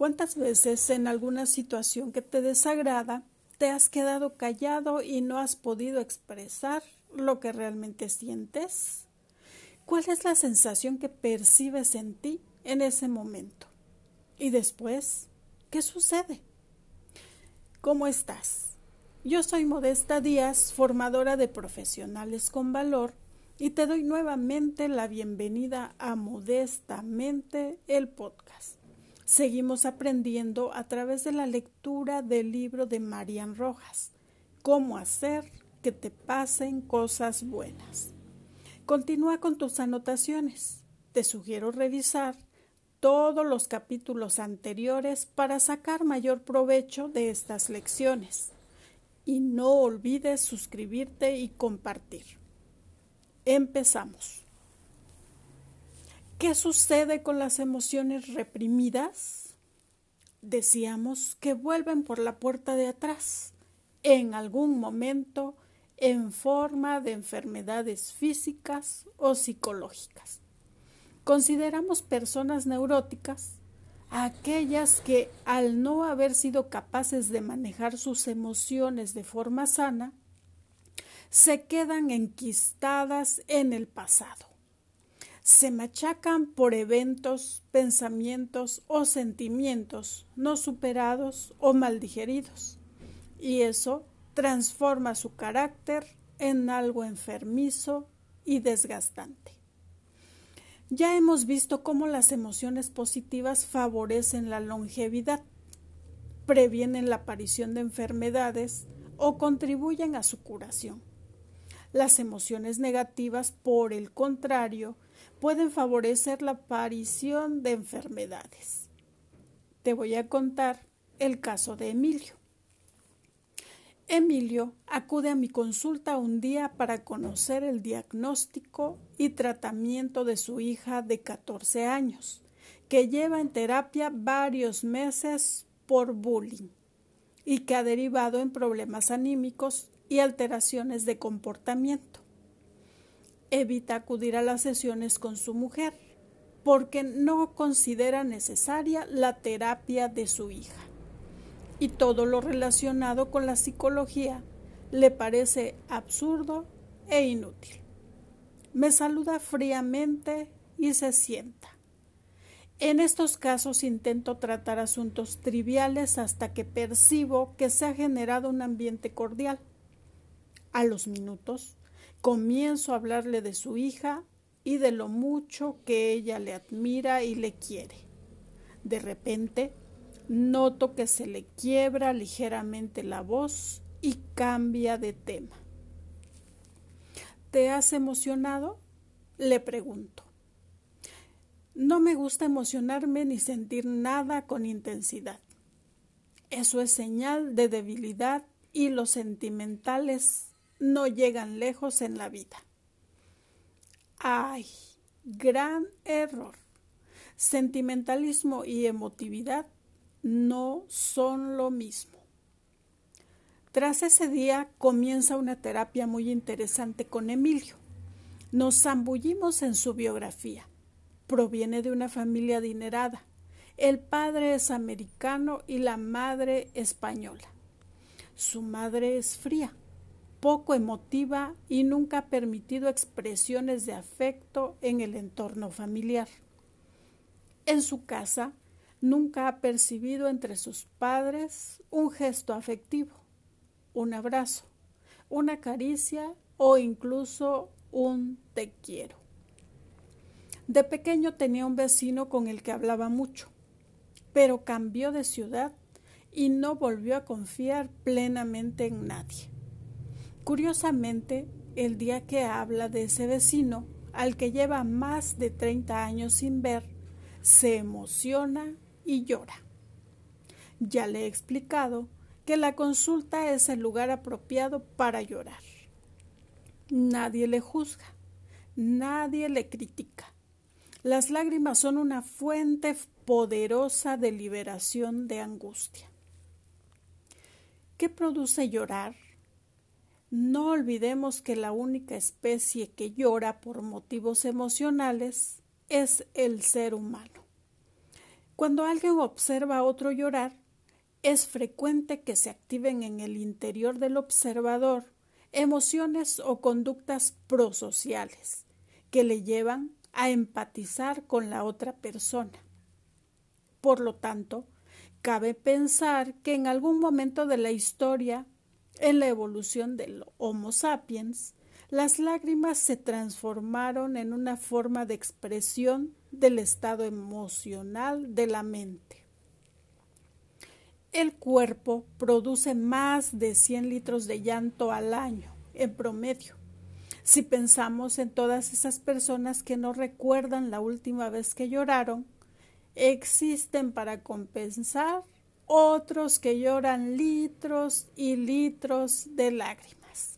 ¿Cuántas veces en alguna situación que te desagrada te has quedado callado y no has podido expresar lo que realmente sientes? ¿Cuál es la sensación que percibes en ti en ese momento? Y después, ¿qué sucede? ¿Cómo estás? Yo soy Modesta Díaz, formadora de profesionales con valor, y te doy nuevamente la bienvenida a Modestamente, el podcast. Seguimos aprendiendo a través de la lectura del libro de Marian Rojas, Cómo hacer que te pasen cosas buenas. Continúa con tus anotaciones. Te sugiero revisar todos los capítulos anteriores para sacar mayor provecho de estas lecciones. Y no olvides suscribirte y compartir. Empezamos. ¿Qué sucede con las emociones reprimidas? Decíamos que vuelven por la puerta de atrás, en algún momento, en forma de enfermedades físicas o psicológicas. Consideramos personas neuróticas a aquellas que, al no haber sido capaces de manejar sus emociones de forma sana, se quedan enquistadas en el pasado. Se machacan por eventos, pensamientos o sentimientos no superados o mal digeridos, y eso transforma su carácter en algo enfermizo y desgastante. Ya hemos visto cómo las emociones positivas favorecen la longevidad, previenen la aparición de enfermedades o contribuyen a su curación. Las emociones negativas, por el contrario, pueden favorecer la aparición de enfermedades. Te voy a contar el caso de Emilio. Emilio acude a mi consulta un día para conocer el diagnóstico y tratamiento de su hija de 14 años, que lleva en terapia varios meses por bullying y que ha derivado en problemas anímicos y alteraciones de comportamiento. Evita acudir a las sesiones con su mujer porque no considera necesaria la terapia de su hija. Y todo lo relacionado con la psicología le parece absurdo e inútil. Me saluda fríamente y se sienta. En estos casos intento tratar asuntos triviales hasta que percibo que se ha generado un ambiente cordial. A los minutos comienzo a hablarle de su hija y de lo mucho que ella le admira y le quiere. De repente noto que se le quiebra ligeramente la voz y cambia de tema. ¿Te has emocionado?, le pregunto. No me gusta emocionarme ni sentir nada con intensidad. Eso es señal de debilidad y los sentimentales no llegan lejos en la vida. ¡Ay! Gran error. Sentimentalismo y emotividad no son lo mismo. Tras ese día comienza una terapia muy interesante con Emilio. Nos zambullimos en su biografía. Proviene de una familia adinerada. El padre es americano y la madre española. Su madre es fría, poco emotiva y nunca ha permitido expresiones de afecto en el entorno familiar. En su casa nunca ha percibido entre sus padres un gesto afectivo, un abrazo, una caricia o incluso un te quiero. De pequeño tenía un vecino con el que hablaba mucho, pero cambió de ciudad y no volvió a confiar plenamente en nadie. Curiosamente, el día que habla de ese vecino, al que lleva más de 30 años sin ver, se emociona y llora. Ya le he explicado que la consulta es el lugar apropiado para llorar. Nadie le juzga, nadie le critica. Las lágrimas son una fuente poderosa de liberación de angustia. ¿Qué produce llorar? No olvidemos que la única especie que llora por motivos emocionales es el ser humano. Cuando alguien observa a otro llorar, es frecuente que se activen en el interior del observador emociones o conductas prosociales que le llevan a empatizar con la otra persona. Por lo tanto, cabe pensar que en algún momento de la historia, en la evolución del Homo sapiens, las lágrimas se transformaron en una forma de expresión del estado emocional de la mente. El cuerpo produce más de 100 litros de llanto al año, en promedio. Si pensamos en todas esas personas que no recuerdan la última vez que lloraron, existen para compensar otros que lloran litros y litros de lágrimas.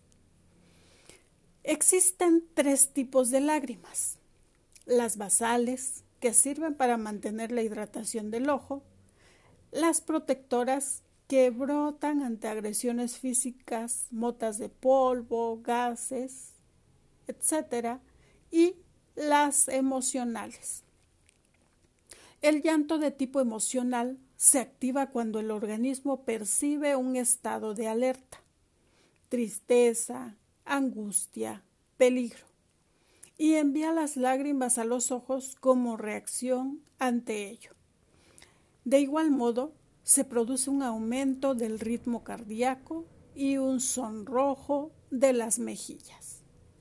Existen 3 tipos de lágrimas: las basales, que sirven para mantener la hidratación del ojo; las protectoras, que brotan ante agresiones físicas, motas de polvo, gases, etc. Y las emocionales. El llanto de tipo emocional se activa cuando el organismo percibe un estado de alerta, tristeza, angustia, peligro, y envía las lágrimas a los ojos como reacción ante ello. De igual modo, se produce un aumento del ritmo cardíaco y un sonrojo de las mejillas.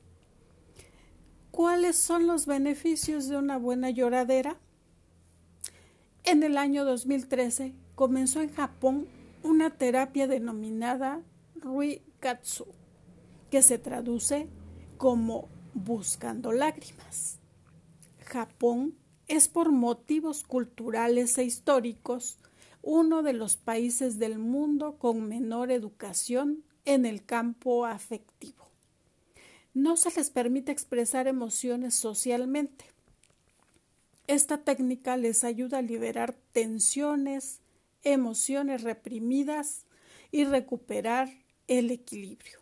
¿Cuáles son los beneficios de una buena lloradera? En el año 2013 comenzó en Japón una terapia denominada Ruikatsu, que se traduce como buscando lágrimas. Japón es, por motivos culturales e históricos, uno de los países del mundo con menor educación en el campo afectivo. No se les permite expresar emociones socialmente. Esta técnica les ayuda a liberar tensiones, emociones reprimidas y recuperar el equilibrio.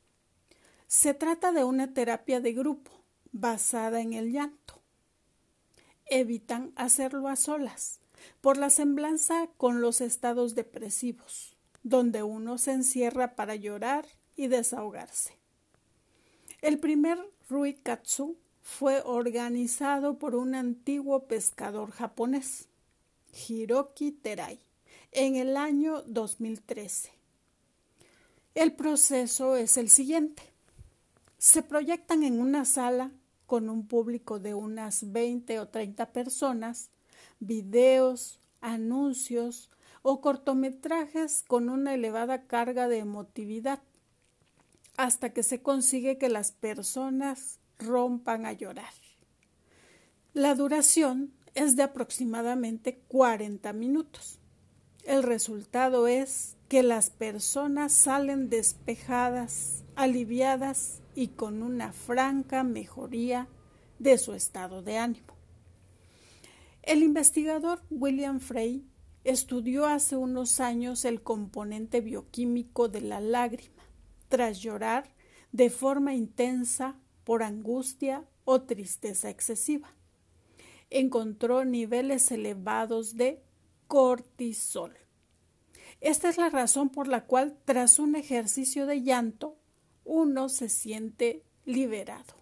Se trata de una terapia de grupo basada en el llanto. Evitan hacerlo a solas, por la semblanza con los estados depresivos, donde uno se encierra para llorar y desahogarse. El primer Ruikatsu fue organizado por un antiguo pescador japonés, Hiroki Terai, en el año 2013. El proceso es el siguiente. Se proyectan en una sala con un público de unas 20 o 30 personas, videos, anuncios o cortometrajes con una elevada carga de emotividad, hasta que se consigue que las personas rompan a llorar. La duración es de aproximadamente 40 minutos. El resultado es que las personas salen despejadas, aliviadas y con una franca mejoría de su estado de ánimo. El investigador William Frey estudió hace unos años el componente bioquímico de la lágrima tras llorar de forma intensa por angustia o tristeza excesiva. Encontró niveles elevados de cortisol. Esta es la razón por la cual, tras un ejercicio de llanto, uno se siente liberado.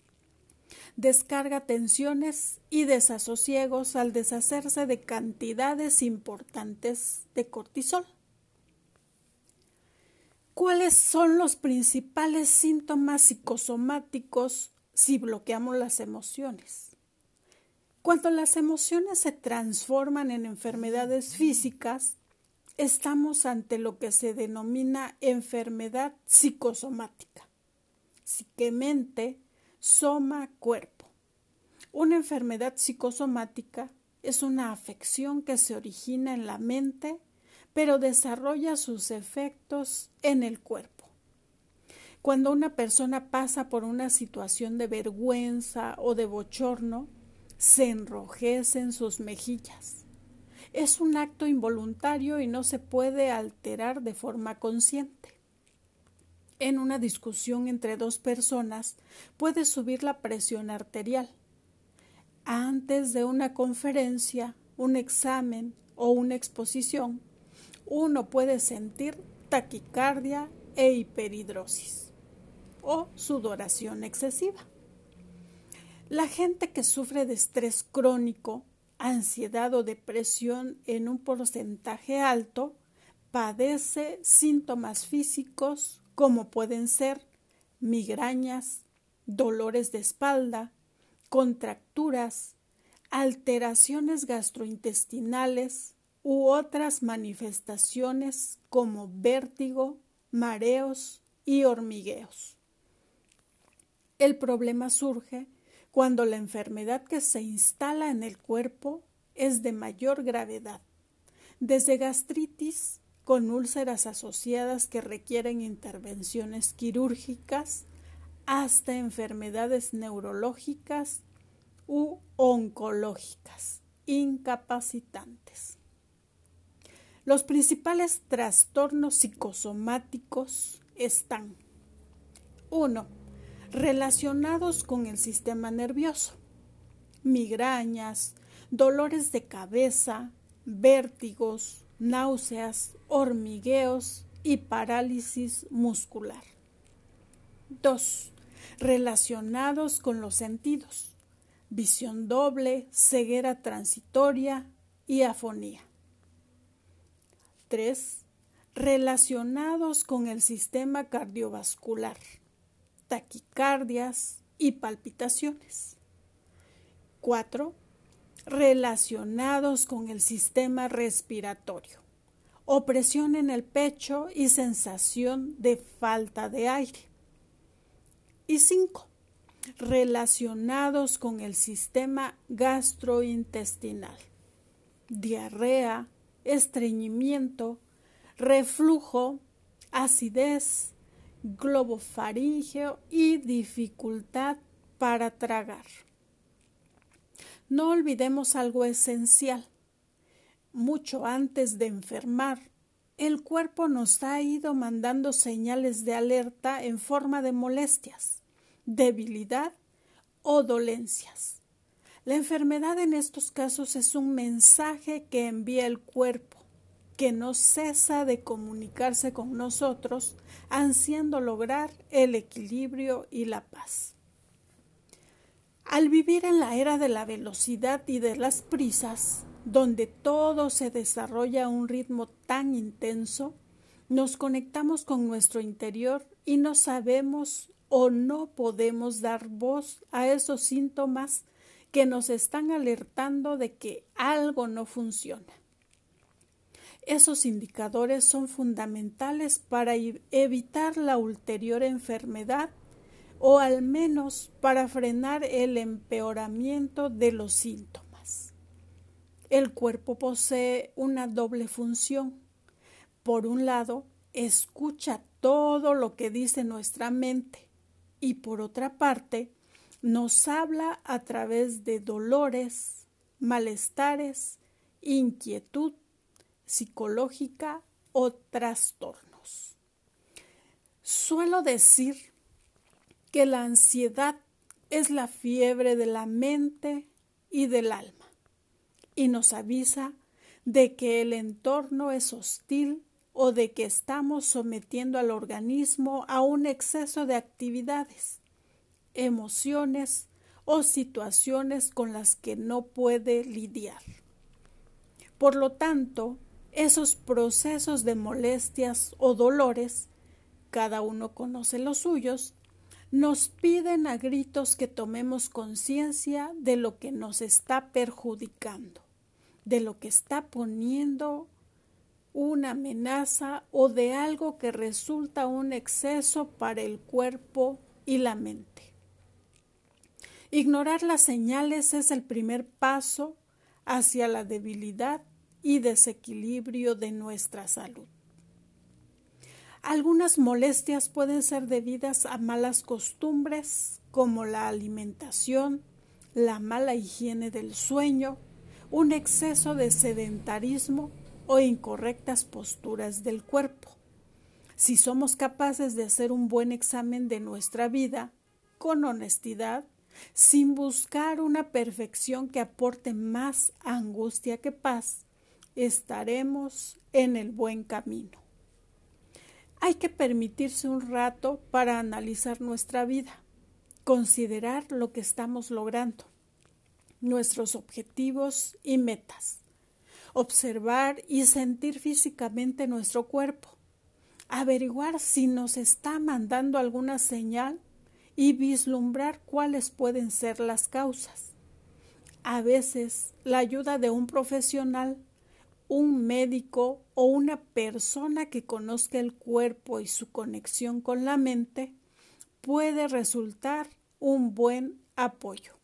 Descarga tensiones y desasosiegos al deshacerse de cantidades importantes de cortisol. ¿Cuáles son los principales síntomas psicosomáticos si bloqueamos las emociones? Cuando las emociones se transforman en enfermedades físicas, estamos ante lo que se denomina enfermedad psicosomática. Psique-mente, soma-cuerpo. Una enfermedad psicosomática es una afección que se origina en la mente, pero desarrolla sus efectos en el cuerpo. Cuando una persona pasa por una situación de vergüenza o de bochorno, se enrojecen sus mejillas. Es un acto involuntario y no se puede alterar de forma consciente. En una discusión entre dos personas puede subir la presión arterial. Antes de una conferencia, un examen o una exposición, uno puede sentir taquicardia e hiperhidrosis o sudoración excesiva. La gente que sufre de estrés crónico, ansiedad o depresión en un porcentaje alto, padece síntomas físicos como pueden ser migrañas, dolores de espalda, contracturas, alteraciones gastrointestinales u otras manifestaciones como vértigo, mareos y hormigueos. El problema surge cuando la enfermedad que se instala en el cuerpo es de mayor gravedad, desde gastritis con úlceras asociadas que requieren intervenciones quirúrgicas hasta enfermedades neurológicas u oncológicas incapacitantes. Los principales trastornos psicosomáticos están: 1. Relacionados con el sistema nervioso: migrañas, dolores de cabeza, vértigos, náuseas, hormigueos y parálisis muscular. 2. Relacionados con los sentidos: visión doble, ceguera transitoria y afonía. 3. Relacionados con el sistema cardiovascular: taquicardias y palpitaciones. 4. Relacionados con el sistema respiratorio: opresión en el pecho y sensación de falta de aire. Y 5. Relacionados con el sistema gastrointestinal: diarrea, estreñimiento, reflujo, acidez, globo faríngeo y dificultad para tragar. No olvidemos algo esencial. Mucho antes de enfermar, el cuerpo nos ha ido mandando señales de alerta en forma de molestias, debilidad o dolencias. La enfermedad en estos casos es un mensaje que envía el cuerpo, que no cesa de comunicarse con nosotros, ansiando lograr el equilibrio y la paz. Al vivir en la era de la velocidad y de las prisas, donde todo se desarrolla a un ritmo tan intenso, nos conectamos con nuestro interior y no sabemos o no podemos dar voz a esos síntomas que nos están alertando de que algo no funciona. Esos indicadores son fundamentales para evitar la ulterior enfermedad o al menos para frenar el empeoramiento de los síntomas. El cuerpo posee una doble función. Por un lado, escucha todo lo que dice nuestra mente y por otra parte, nos habla a través de dolores, malestares, inquietud psicológica o trastornos. Suelo decir que la ansiedad es la fiebre de la mente y del alma y nos avisa de que el entorno es hostil o de que estamos sometiendo al organismo a un exceso de actividades, emociones o situaciones con las que no puede lidiar. Por lo tanto, esos procesos de molestias o dolores, cada uno conoce los suyos, nos piden a gritos que tomemos conciencia de lo que nos está perjudicando, de lo que está poniendo una amenaza o de algo que resulta un exceso para el cuerpo y la mente. Ignorar las señales es el primer paso hacia la debilidad y desequilibrio de nuestra salud. Algunas molestias pueden ser debidas a malas costumbres como la alimentación, la mala higiene del sueño, un exceso de sedentarismo o incorrectas posturas del cuerpo. Si somos capaces de hacer un buen examen de nuestra vida, con honestidad, sin buscar una perfección que aporte más angustia que paz, estaremos en el buen camino. Hay que permitirse un rato para analizar nuestra vida, considerar lo que estamos logrando, nuestros objetivos y metas, observar y sentir físicamente nuestro cuerpo, averiguar si nos está mandando alguna señal y vislumbrar cuáles pueden ser las causas. A veces, la ayuda de un profesional, un médico o una persona que conozca el cuerpo y su conexión con la mente puede resultar un buen apoyo.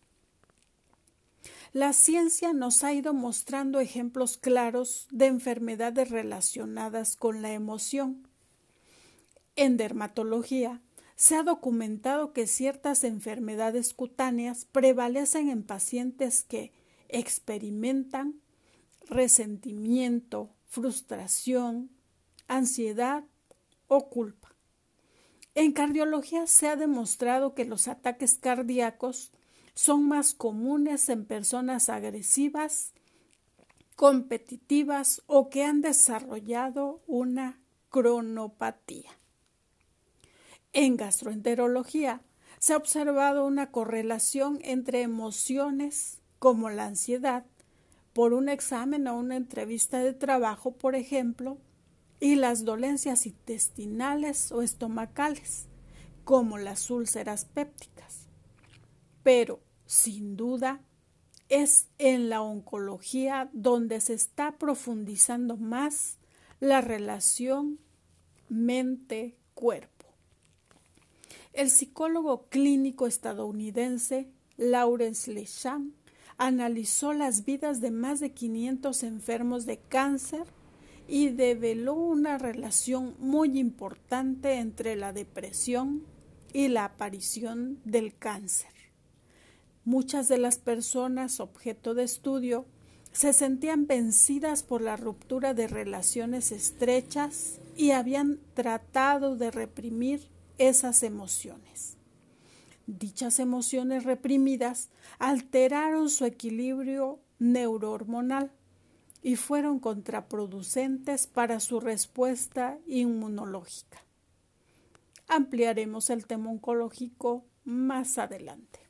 La ciencia nos ha ido mostrando ejemplos claros de enfermedades relacionadas con la emoción. En dermatología, se ha documentado que ciertas enfermedades cutáneas prevalecen en pacientes que experimentan resentimiento, frustración, ansiedad o culpa. En cardiología se ha demostrado que los ataques cardíacos son más comunes en personas agresivas, competitivas o que han desarrollado una cronopatía. En gastroenterología se ha observado una correlación entre emociones como la ansiedad por un examen o una entrevista de trabajo, por ejemplo, y las dolencias intestinales o estomacales, como las úlceras pépticas. Pero, sin duda, es en la oncología donde se está profundizando más la relación mente-cuerpo. El psicólogo clínico estadounidense Lawrence Lesham analizó las vidas de más de 500 enfermos de cáncer y develó una relación muy importante entre la depresión y la aparición del cáncer. Muchas de las personas objeto de estudio se sentían vencidas por la ruptura de relaciones estrechas y habían tratado de reprimir esas emociones. Dichas emociones reprimidas alteraron su equilibrio neurohormonal y fueron contraproducentes para su respuesta inmunológica. Ampliaremos el tema oncológico más adelante.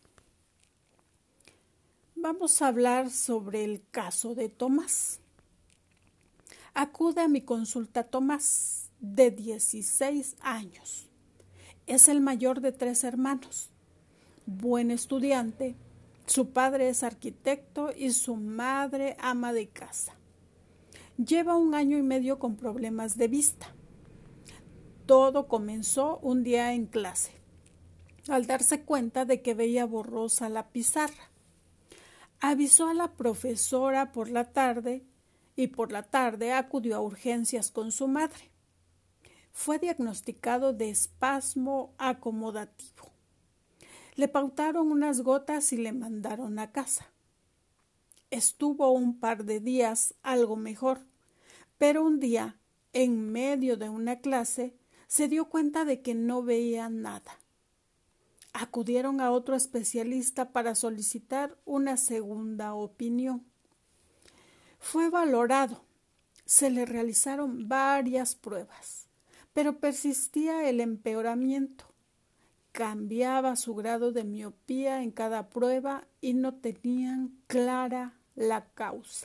Vamos a hablar sobre el caso de Tomás. Acude a mi consulta Tomás, de 16 años. Es el mayor de 3 hermanos. Buen estudiante, su padre es arquitecto y su madre ama de casa. Lleva 1 año y medio con problemas de vista. Todo comenzó un día en clase, al darse cuenta de que veía borrosa la pizarra. Avisó a la profesora por la tarde y por la tarde acudió a urgencias con su madre. Fue diagnosticado de espasmo acomodativo. Le pautaron unas gotas y le mandaron a casa. Estuvo un par de días algo mejor, pero un día, en medio de una clase, se dio cuenta de que no veía nada. Acudieron a otro especialista para solicitar una segunda opinión. Fue valorado. Se le realizaron varias pruebas, pero persistía el empeoramiento. Cambiaba su grado de miopía en cada prueba y no tenían clara la causa.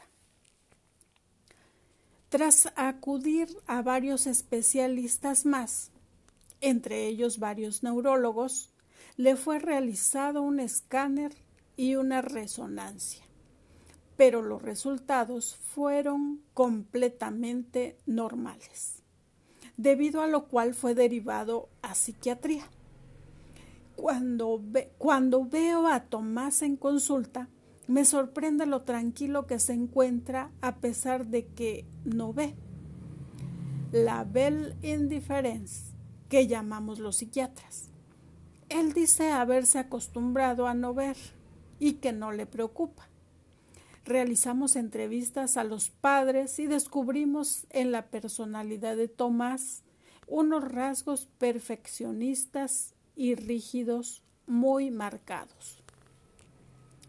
Tras acudir a varios especialistas más, entre ellos varios neurólogos, le fue realizado un escáner y una resonancia, pero los resultados fueron completamente normales, debido a lo cual fue derivado a psiquiatría. Cuando veo a Tomás en consulta, me sorprende lo tranquilo que se encuentra a pesar de que no ve. La belle indifference, que llamamos los psiquiatras. Él dice haberse acostumbrado a no ver y que no le preocupa. Realizamos entrevistas a los padres y descubrimos en la personalidad de Tomás unos rasgos perfeccionistas y rígidos muy marcados.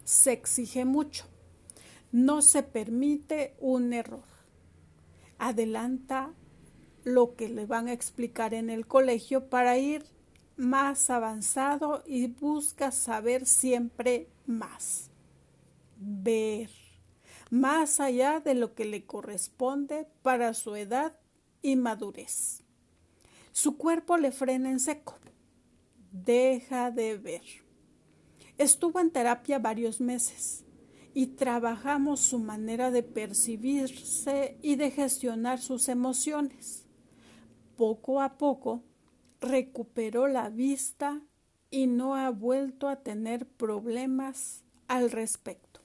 se exige mucho. No se permite un error. Adelanta lo que le van a explicar en el colegio para ir más avanzado y busca saber siempre más. Ver más allá de lo que le corresponde para su edad y madurez. Su cuerpo le frena en seco. Deja de ver. Estuvo en terapia varios meses y trabajamos su manera de percibirse y de gestionar sus emociones. Poco a poco recuperó la vista y no ha vuelto a tener problemas al respecto.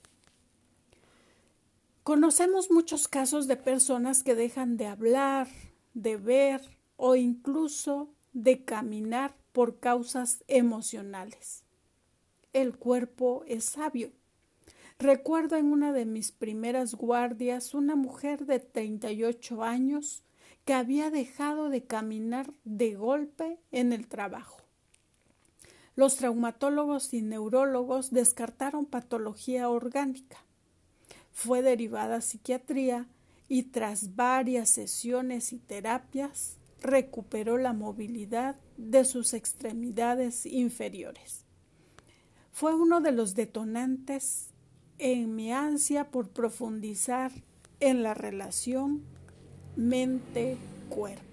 Conocemos muchos casos de personas que dejan de hablar, de ver o incluso de caminar por causas emocionales. El cuerpo es sabio. Recuerdo en una de mis primeras guardias una mujer de 38 años que había dejado de caminar de golpe en el trabajo. Los traumatólogos y neurólogos descartaron patología orgánica. Fue derivada a psiquiatría y tras varias sesiones y terapias recuperó la movilidad de sus extremidades inferiores. Fue uno de los detonantes en mi ansia por profundizar en la relación mente-cuerpo.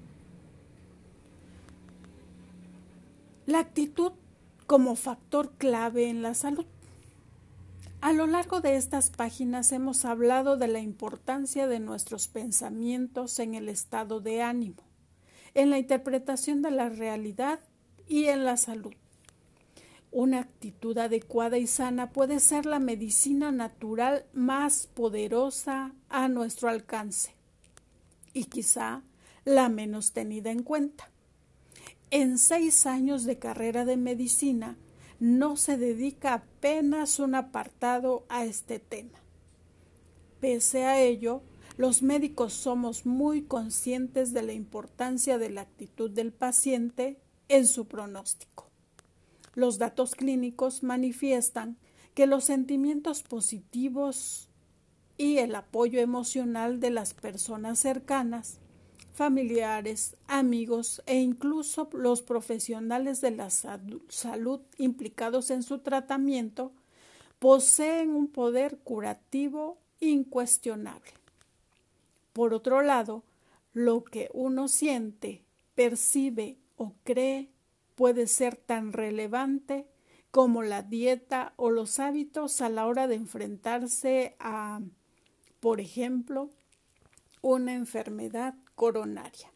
La actitud como factor clave en la salud. A lo largo de estas páginas hemos hablado de la importancia de nuestros pensamientos en el estado de ánimo, en la interpretación de la realidad y en la salud. Una actitud adecuada y sana puede ser la medicina natural más poderosa a nuestro alcance y quizá la menos tenida en cuenta. En 6 años de carrera de medicina no se dedica apenas un apartado a este tema. Pese a ello, los médicos somos muy conscientes de la importancia de la actitud del paciente en su pronóstico. Los datos clínicos manifiestan que los sentimientos positivos y el apoyo emocional de las personas cercanas, familiares, amigos e incluso los profesionales de la salud implicados en su tratamiento poseen un poder curativo incuestionable. Por otro lado, lo que uno siente, percibe o cree puede ser tan relevante como la dieta o los hábitos a la hora de enfrentarse a, por ejemplo, una enfermedad coronaria.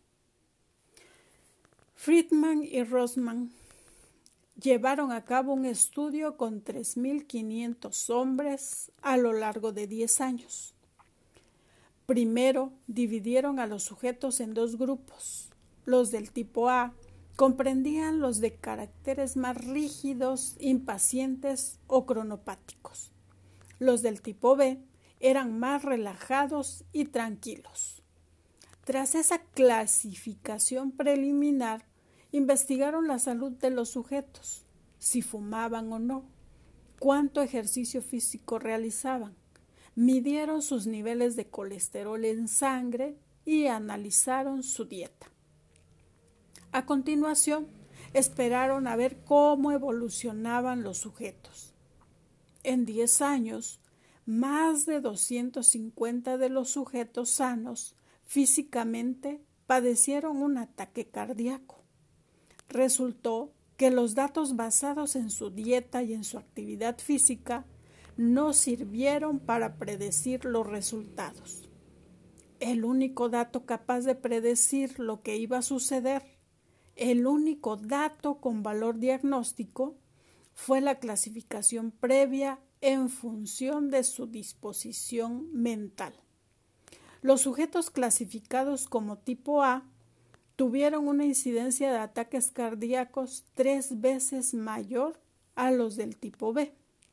Friedman y Rossman llevaron a cabo un estudio con 3.500 hombres a lo largo de 10 años. Primero, dividieron a los sujetos en 2 grupos. Los del tipo A comprendían los de caracteres más rígidos, impacientes o cronopáticos. Los del tipo B eran más relajados y tranquilos. Tras esa clasificación preliminar, investigaron la salud de los sujetos, si fumaban o no, cuánto ejercicio físico realizaban, midieron sus niveles de colesterol en sangre y analizaron su dieta. A continuación, esperaron a ver cómo evolucionaban los sujetos. En 10 años, más de 250 de los sujetos sanos físicamente padecieron un ataque cardíaco. Resultó que los datos basados en su dieta y en su actividad física no sirvieron para predecir los resultados. El único dato capaz de predecir lo que iba a suceder, el único dato con valor diagnóstico, fue la clasificación previa en función de su disposición mental. Los sujetos clasificados como tipo A tuvieron una incidencia de ataques cardíacos 3 veces mayor a los del tipo B,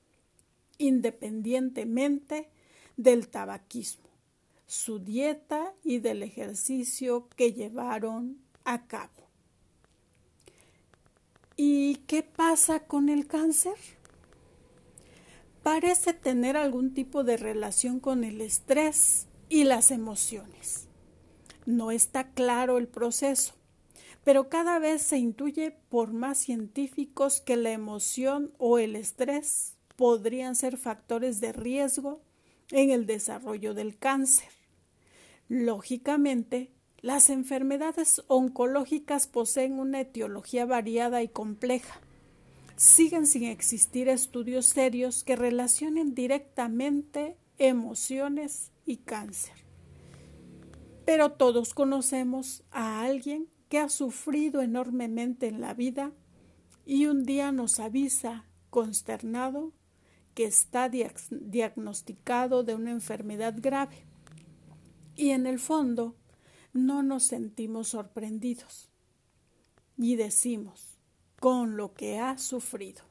independientemente del tabaquismo, su dieta y del ejercicio que llevaron a cabo. ¿Y qué pasa con el cáncer? parece tener algún tipo de relación con el estrés y las emociones. No está claro el proceso, pero cada vez se intuye por más científicos que la emoción o el estrés podrían ser factores de riesgo en el desarrollo del cáncer. Lógicamente, las enfermedades oncológicas poseen una etiología variada y compleja. Siguen sin existir estudios serios que relacionen directamente emociones y cáncer. Pero todos conocemos a alguien que ha sufrido enormemente en la vida y un día nos avisa, consternado, que está diagnosticado de una enfermedad grave. Y en el fondo no nos sentimos sorprendidos y decimos, con lo que ha sufrido.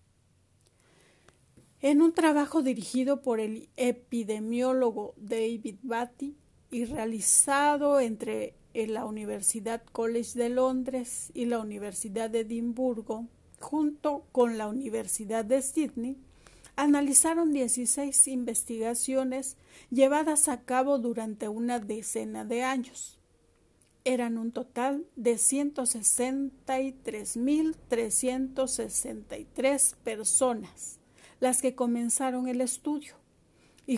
En un trabajo dirigido por el epidemiólogo David Batty y realizado entre la Universidad College de Londres y la Universidad de Edimburgo, junto con la Universidad de Sydney, analizaron 16 investigaciones llevadas a cabo durante una decena de años. Eran un total de 163.363 personas las que comenzaron el estudio y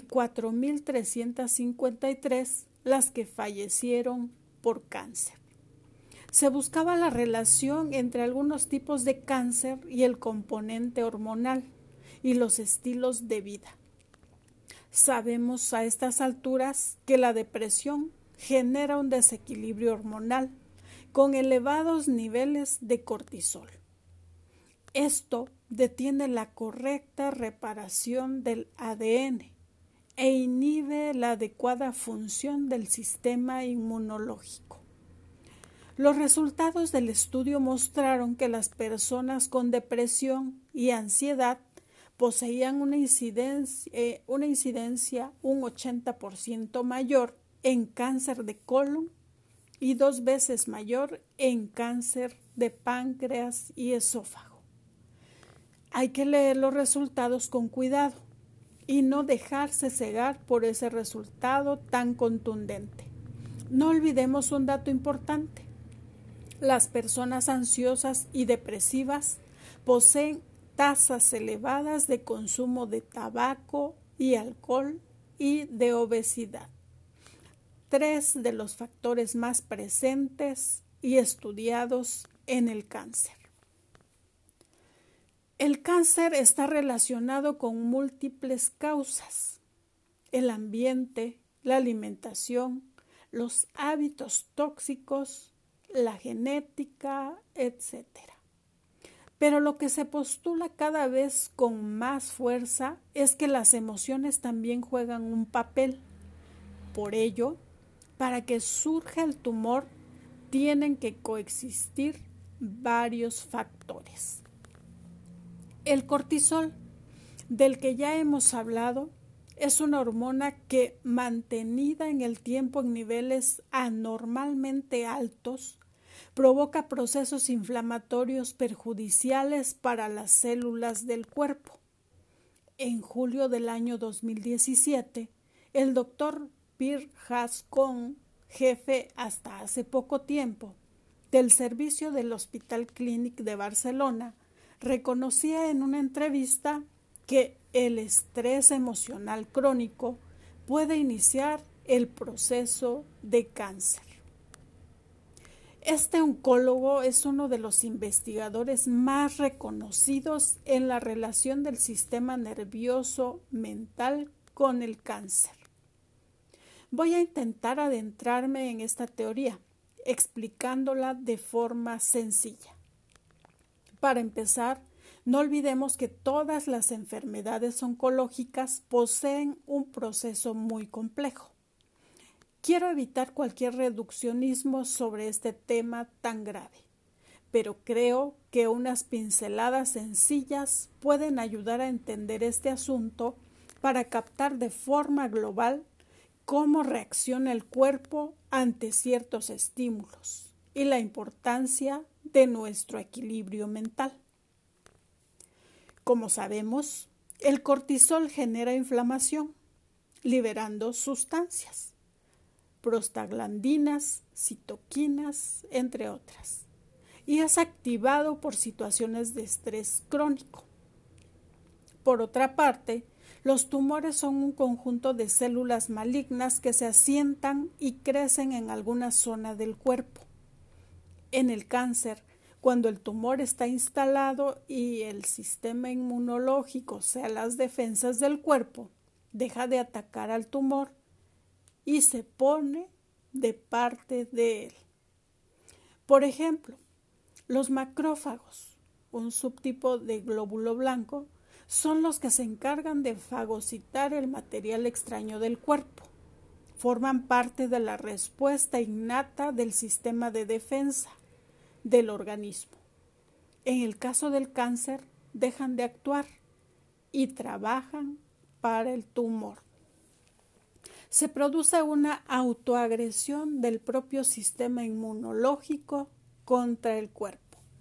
4.353 las que fallecieron por cáncer. Se buscaba la relación entre algunos tipos de cáncer y el componente hormonal y los estilos de vida. Sabemos a estas alturas que la depresión genera un desequilibrio hormonal con elevados niveles de cortisol. Esto detiene la correcta reparación del ADN e inhibe la adecuada función del sistema inmunológico. Los resultados del estudio mostraron que las personas con depresión y ansiedad poseían una incidencia un 80% mayor en cáncer de colon y 2 veces mayor en cáncer de páncreas y esófago. Hay que leer los resultados con cuidado y no dejarse cegar por ese resultado tan contundente. No olvidemos un dato importante. Las personas ansiosas y depresivas poseen tasas elevadas de consumo de tabaco y alcohol y de obesidad. 3 de los factores más presentes y estudiados en el cáncer. El cáncer está relacionado con múltiples causas: el ambiente, la alimentación, los hábitos tóxicos, la genética, etc. Pero lo que se postula cada vez con más fuerza es que las emociones también juegan un papel. Por ello, para que surja el tumor, tienen que coexistir varios factores. El cortisol, del que ya hemos hablado, es una hormona que, mantenida en el tiempo en niveles anormalmente altos, provoca procesos inflamatorios perjudiciales para las células del cuerpo. En julio del año 2017, el doctor Pierre Gascon, jefe hasta hace poco tiempo del servicio del Hospital Clínic de Barcelona, reconocía en una entrevista que el estrés emocional crónico puede iniciar el proceso de cáncer. Este oncólogo es uno de los investigadores más reconocidos en la relación del sistema nervioso mental con el cáncer. Voy a intentar adentrarme en esta teoría, explicándola de forma sencilla. Para empezar, no olvidemos que todas las enfermedades oncológicas poseen un proceso muy complejo. Quiero evitar cualquier reduccionismo sobre este tema tan grave, pero creo que unas pinceladas sencillas pueden ayudar a entender este asunto para captar de forma global cómo reacciona el cuerpo ante ciertos estímulos y la importancia de nuestro equilibrio mental. Como sabemos, El cortisol genera inflamación, liberando sustancias, prostaglandinas, citoquinas, entre otras, y es activado por situaciones de estrés crónico. Por otra parte, los tumores son un conjunto de células malignas que se asientan y crecen en alguna zona del cuerpo. En el cáncer, cuando el tumor está instalado y el sistema inmunológico, o sea, las defensas del cuerpo, deja de atacar al tumor y se pone de parte de él. Por ejemplo, los macrófagos, un subtipo de glóbulo blanco, son los que se encargan de fagocitar el material extraño del cuerpo. Forman parte de la respuesta innata del sistema de defensa del organismo. En el caso del cáncer, dejan de actuar y trabajan para el tumor. Se produce una autoagresión del propio sistema inmunológico contra el cuerpo.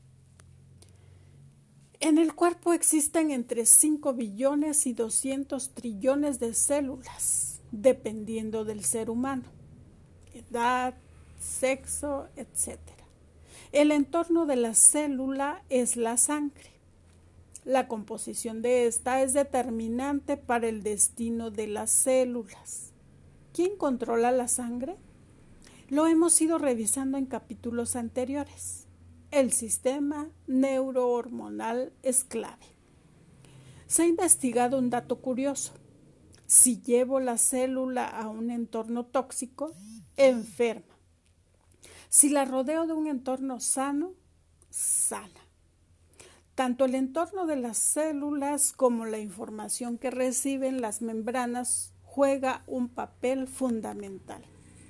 En el cuerpo existen entre 5 billones y 200 trillones de células, dependiendo del ser humano, edad, sexo, etc. El entorno de la célula es la sangre. La composición de esta es determinante para el destino de las células. ¿Quién controla la sangre? Lo hemos ido revisando en capítulos anteriores. El sistema neurohormonal es clave. Se ha investigado un dato curioso. Si llevo la célula a un entorno tóxico, enferma. Si la rodeo de un entorno sano, sana. Tanto el entorno de las células como la información que reciben las membranas juega un papel fundamental.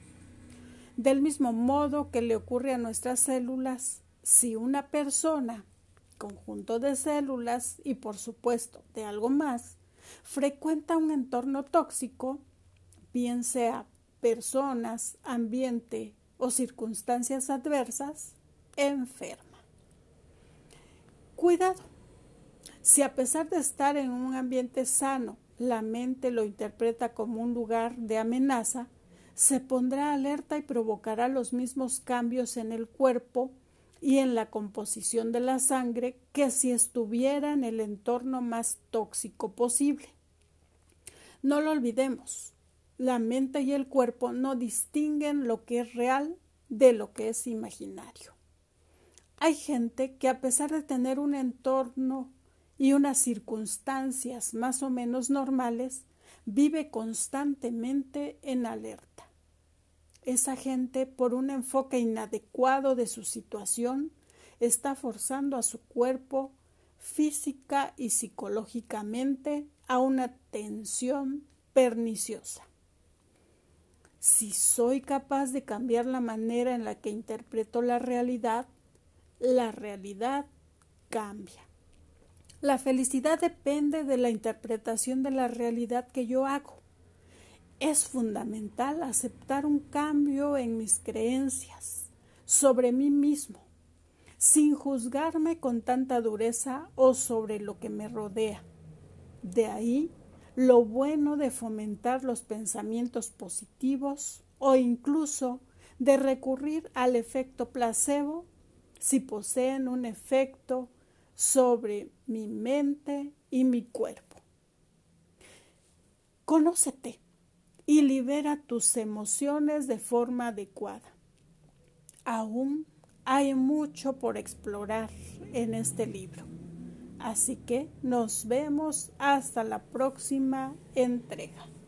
Del mismo modo que le ocurre a nuestras células, si una persona, conjunto de células y por supuesto de algo más, frecuenta un entorno tóxico, bien sea personas, ambiente o circunstancias adversas, enferma. Cuidado, si a pesar de estar en un ambiente sano, la mente lo interpreta como un lugar de amenaza, se pondrá alerta y provocará los mismos cambios en el cuerpo y en la composición de la sangre que si estuviera en el entorno más tóxico posible. No lo olvidemos, la mente y el cuerpo no distinguen lo que es real de lo que es imaginario. Hay gente que a pesar de tener un entorno y unas circunstancias más o menos normales, vive constantemente en alerta. Esa gente, por un enfoque inadecuado de su situación, está forzando a su cuerpo física y psicológicamente a una tensión perniciosa. Si soy capaz de cambiar la manera en la que interpreto la realidad cambia. La felicidad depende de la interpretación de la realidad que yo hago. Es fundamental aceptar un cambio en mis creencias sobre mí mismo, sin juzgarme con tanta dureza o sobre lo que me rodea. De ahí lo bueno de fomentar los pensamientos positivos o incluso de recurrir al efecto placebo si poseen un efecto sobre mi mente y mi cuerpo. Conócete y libera tus emociones de forma adecuada. Aún hay mucho por explorar en este libro, así que nos vemos hasta la próxima entrega.